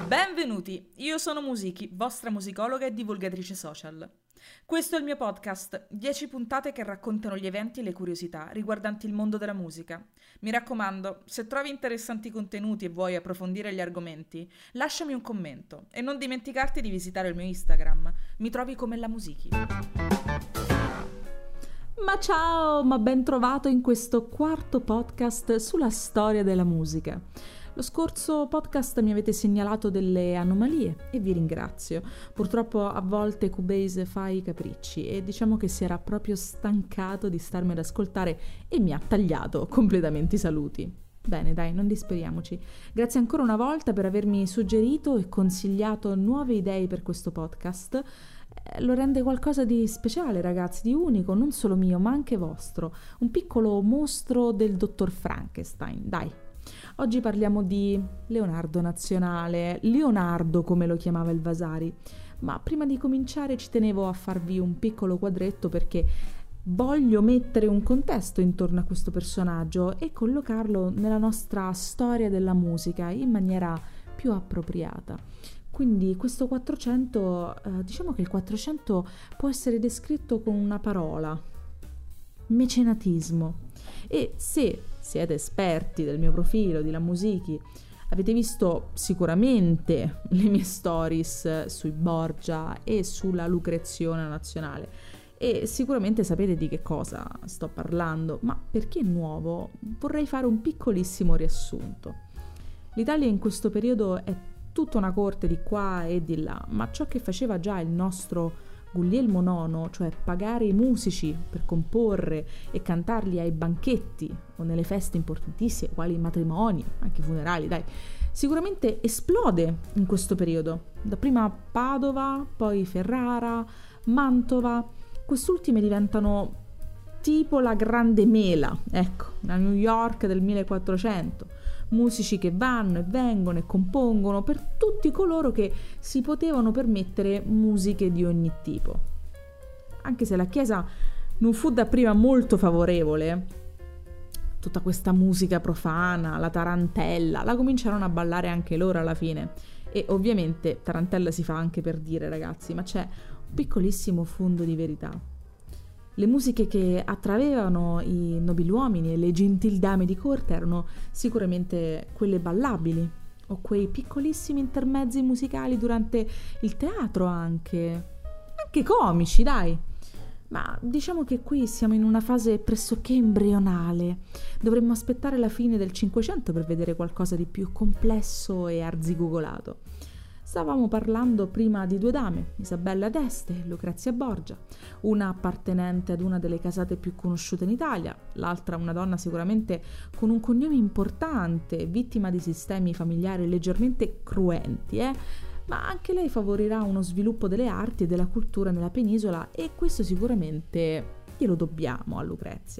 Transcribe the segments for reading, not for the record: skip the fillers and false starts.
Benvenuti, io sono Musichi, vostra musicologa e divulgatrice social. Questo è il mio podcast, 10 puntate che raccontano gli eventi e le curiosità riguardanti il mondo della musica. Mi raccomando, se trovi interessanti contenuti e vuoi approfondire gli argomenti, lasciami un commento e non dimenticarti di visitare il mio Instagram. Mi trovi come La Musichi. Ma ciao, ma ben trovato in questo quarto podcast sulla storia della musica. Lo scorso podcast mi avete segnalato delle anomalie e vi ringrazio. Purtroppo a volte Cubase fa i capricci e diciamo che si era proprio stancato di starmi ad ascoltare e mi ha tagliato completamente i saluti. Bene, dai, non disperiamoci. Grazie ancora una volta per avermi suggerito e consigliato nuove idee per questo podcast. Lo rende qualcosa di speciale, ragazzi, di unico, non solo mio, ma anche vostro. Un piccolo mostro del dottor Frankenstein, dai. Oggi parliamo di Leonardo Nazionale, Leonardo come lo chiamava il Vasari. Ma prima di cominciare ci tenevo a farvi un piccolo quadretto perché voglio mettere un contesto intorno a questo personaggio e collocarlo nella nostra storia della musica in maniera più appropriata. Quindi questo 400, diciamo che il 400 può essere descritto con una parola: mecenatismo. E se siete esperti del mio profilo di La Musichi, avete visto sicuramente le mie stories sui Borgia e sulla Lucrezione Nazionale e sicuramente sapete di che cosa sto parlando, ma perché è nuovo vorrei fare un piccolissimo riassunto. L'Italia in questo periodo è tutta una corte di qua e di là, ma ciò che faceva già il nostro Guglielmo IX, cioè pagare i musici per comporre e cantarli ai banchetti o nelle feste importantissime, quali i matrimoni, anche i funerali, dai, sicuramente esplode in questo periodo. Dapprima Padova, poi Ferrara, Mantova, quest'ultime diventano tipo la grande mela, ecco, la New York del 1400. Musici che vanno e vengono e compongono per tutti coloro che si potevano permettere musiche di ogni tipo. Anche se la Chiesa non fu dapprima molto favorevole, tutta questa musica profana, la tarantella, la cominciarono a ballare anche loro alla fine. E ovviamente tarantella si fa anche per dire, ragazzi, ma c'è un piccolissimo fondo di verità. Le musiche che attraevano i nobiluomini e le gentildame di corte erano sicuramente quelle ballabili, o quei piccolissimi intermezzi musicali durante il teatro anche comici, dai. Ma diciamo che qui siamo in una fase pressoché embrionale. Dovremmo aspettare la fine del Cinquecento per vedere qualcosa di più complesso e arzigogolato. Stavamo parlando prima di due dame, Isabella d'Este e Lucrezia Borgia, una appartenente ad una delle casate più conosciute in Italia, l'altra una donna sicuramente con un cognome importante, vittima di sistemi familiari leggermente cruenti, ma anche lei favorirà uno sviluppo delle arti e della cultura nella penisola e questo sicuramente glielo dobbiamo a Lucrezia.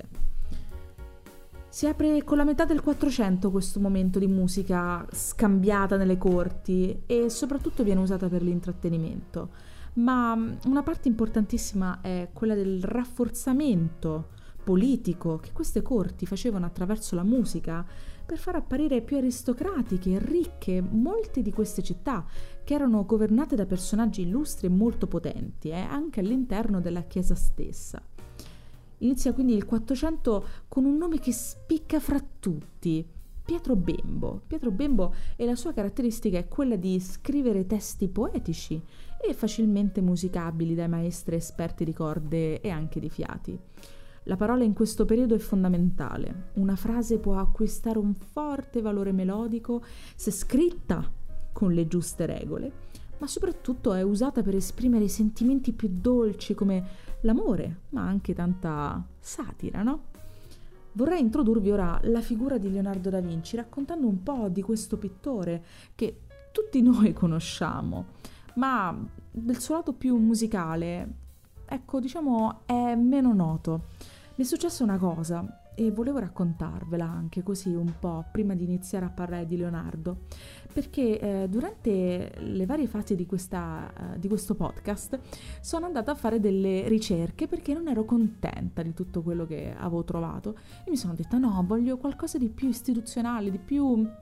Si apre con la metà del 400 questo momento di musica scambiata nelle corti e soprattutto viene usata per l'intrattenimento, ma una parte importantissima è quella del rafforzamento politico che queste corti facevano attraverso la musica per far apparire più aristocratiche e ricche molte di queste città che erano governate da personaggi illustri e molto potenti, anche all'interno della Chiesa stessa. Inizia quindi il 400 con un nome che spicca fra tutti, Pietro Bembo. Pietro Bembo e la sua caratteristica è quella di scrivere testi poetici e facilmente musicabili dai maestri esperti di corde e anche di fiati. La parola in questo periodo è fondamentale. Una frase può acquistare un forte valore melodico se scritta con le giuste regole, ma soprattutto è usata per esprimere i sentimenti più dolci come l'amore, ma anche tanta satira, no? Vorrei introdurvi ora la figura di Leonardo da Vinci raccontando un po' di questo pittore che tutti noi conosciamo, ma del suo lato più musicale, ecco, diciamo, è meno noto. Mi è successa una cosa e volevo raccontarvela anche così un po' prima di iniziare a parlare di Leonardo, perché durante le varie fasi di questo podcast sono andata a fare delle ricerche perché non ero contenta di tutto quello che avevo trovato e mi sono detta no, voglio qualcosa di più istituzionale, di più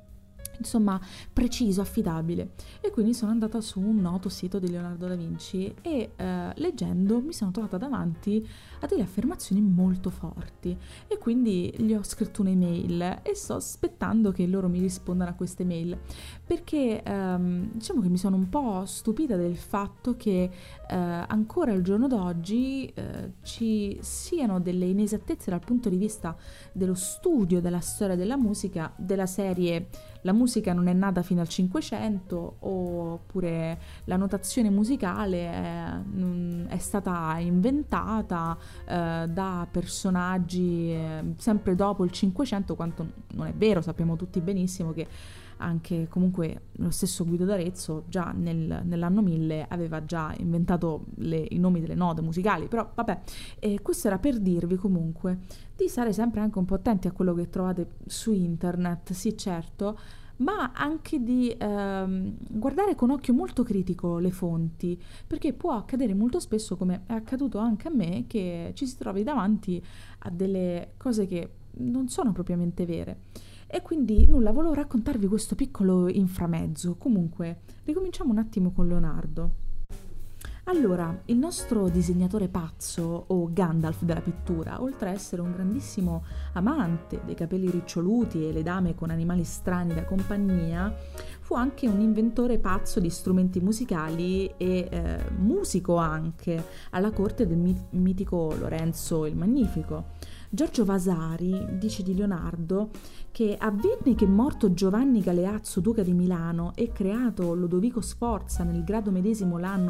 insomma preciso, affidabile. E quindi sono andata su un noto sito di Leonardo da Vinci e leggendo mi sono trovata davanti a delle affermazioni molto forti e quindi gli ho scritto un'email e sto aspettando che loro mi rispondano a queste mail, perché diciamo che mi sono un po' stupita del fatto che ancora al giorno d'oggi ci siano delle inesattezze dal punto di vista dello studio della storia della musica, della serie la musica non è nata fino al Cinquecento, oppure la notazione musicale è stata inventata da personaggi sempre dopo il Cinquecento, quanto non è vero. Sappiamo tutti benissimo che anche comunque lo stesso Guido d'Arezzo già nell'anno 1000 aveva già inventato i nomi delle note musicali, però vabbè, questo era per dirvi comunque di stare sempre anche un po' attenti a quello che trovate su internet, sì certo, ma anche di guardare con occhio molto critico le fonti, perché può accadere molto spesso, come è accaduto anche a me, che ci si trovi davanti a delle cose che non sono propriamente vere. E quindi nulla, volevo raccontarvi questo piccolo inframezzo. Comunque, ricominciamo un attimo con Leonardo. Allora, il nostro disegnatore pazzo, o Gandalf della pittura, oltre a essere un grandissimo amante dei capelli riccioluti e le dame con animali strani da compagnia, fu anche un inventore pazzo di strumenti musicali e musico anche alla corte del mitico Lorenzo il Magnifico. Giorgio Vasari dice di Leonardo che avvenne che morto Giovanni Galeazzo, duca di Milano, e creato Lodovico Sforza nel grado medesimo l'anno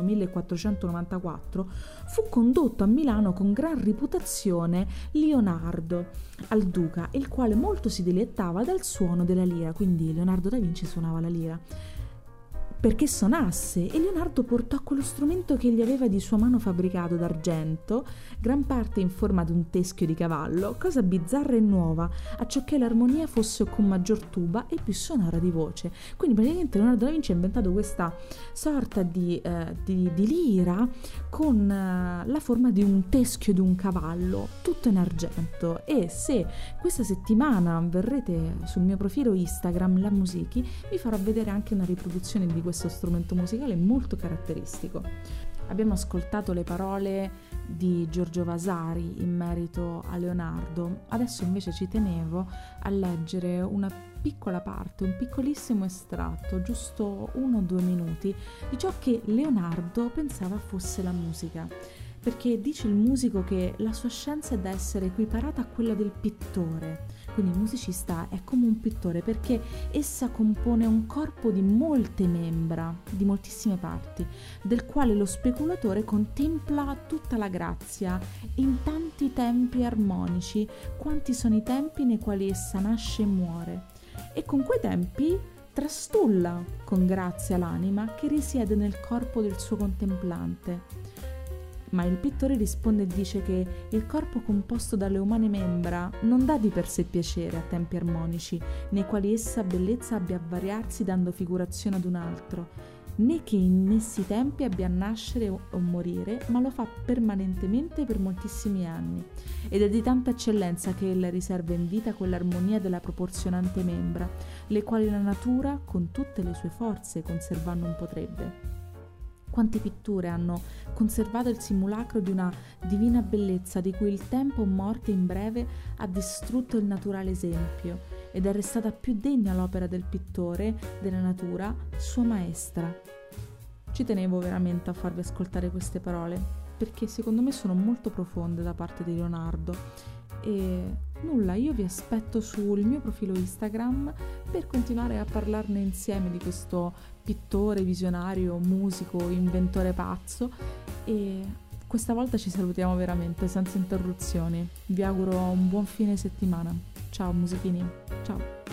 1494, fu condotto a Milano con gran reputazione Leonardo al duca, il quale molto si dilettava dal suono della lira. Quindi Leonardo da Vinci suonava la lira perché suonasse, e Leonardo portò quello strumento che gli aveva di sua mano fabbricato d'argento, gran parte in forma di un teschio di cavallo, cosa bizzarra e nuova, acciocché l'armonia fosse con maggior tuba e più sonora di voce. Quindi praticamente Leonardo da Vinci ha inventato questa sorta di lira con la forma di un teschio di un cavallo, tutto in argento. E se questa settimana verrete sul mio profilo Instagram, La Musichi, vi farò vedere anche una riproduzione di questo strumento musicale molto caratteristico. Abbiamo ascoltato le parole di Giorgio Vasari in merito a Leonardo. Adesso invece ci tenevo a leggere una piccola parte, un piccolissimo estratto, giusto 1 o 2 minuti, di ciò che Leonardo pensava fosse la musica. Perché dice il musico che la sua scienza è da essere equiparata a quella del pittore. Quindi il musicista è come un pittore, perché essa compone un corpo di molte membra, di moltissime parti, del quale lo speculatore contempla tutta la grazia in tanti tempi armonici, quanti sono i tempi nei quali essa nasce e muore, e con quei tempi trastulla con grazia l'anima che risiede nel corpo del suo contemplante. Ma il pittore risponde e dice che il corpo composto dalle umane membra non dà di per sé piacere a tempi armonici, nei quali essa bellezza abbia a variarsi dando figurazione ad un altro, né che in essi tempi abbia a nascere o morire, ma lo fa permanentemente per moltissimi anni, ed è di tanta eccellenza che ella riserva in vita quell'armonia della proporzionante membra, le quali la natura con tutte le sue forze conservar non potrebbe. Quante pitture hanno conservato il simulacro di una divina bellezza di cui il tempo morte in breve ha distrutto il naturale esempio, ed è restata più degna l'opera del pittore della natura, sua maestra. Ci tenevo veramente a farvi ascoltare queste parole, perché secondo me sono molto profonde da parte di Leonardo. E nulla, io vi aspetto sul mio profilo Instagram per continuare a parlarne insieme di questo pittore, visionario, musico, inventore pazzo, e questa volta ci salutiamo veramente senza interruzioni. Vi auguro un buon fine settimana. Ciao musichini, ciao!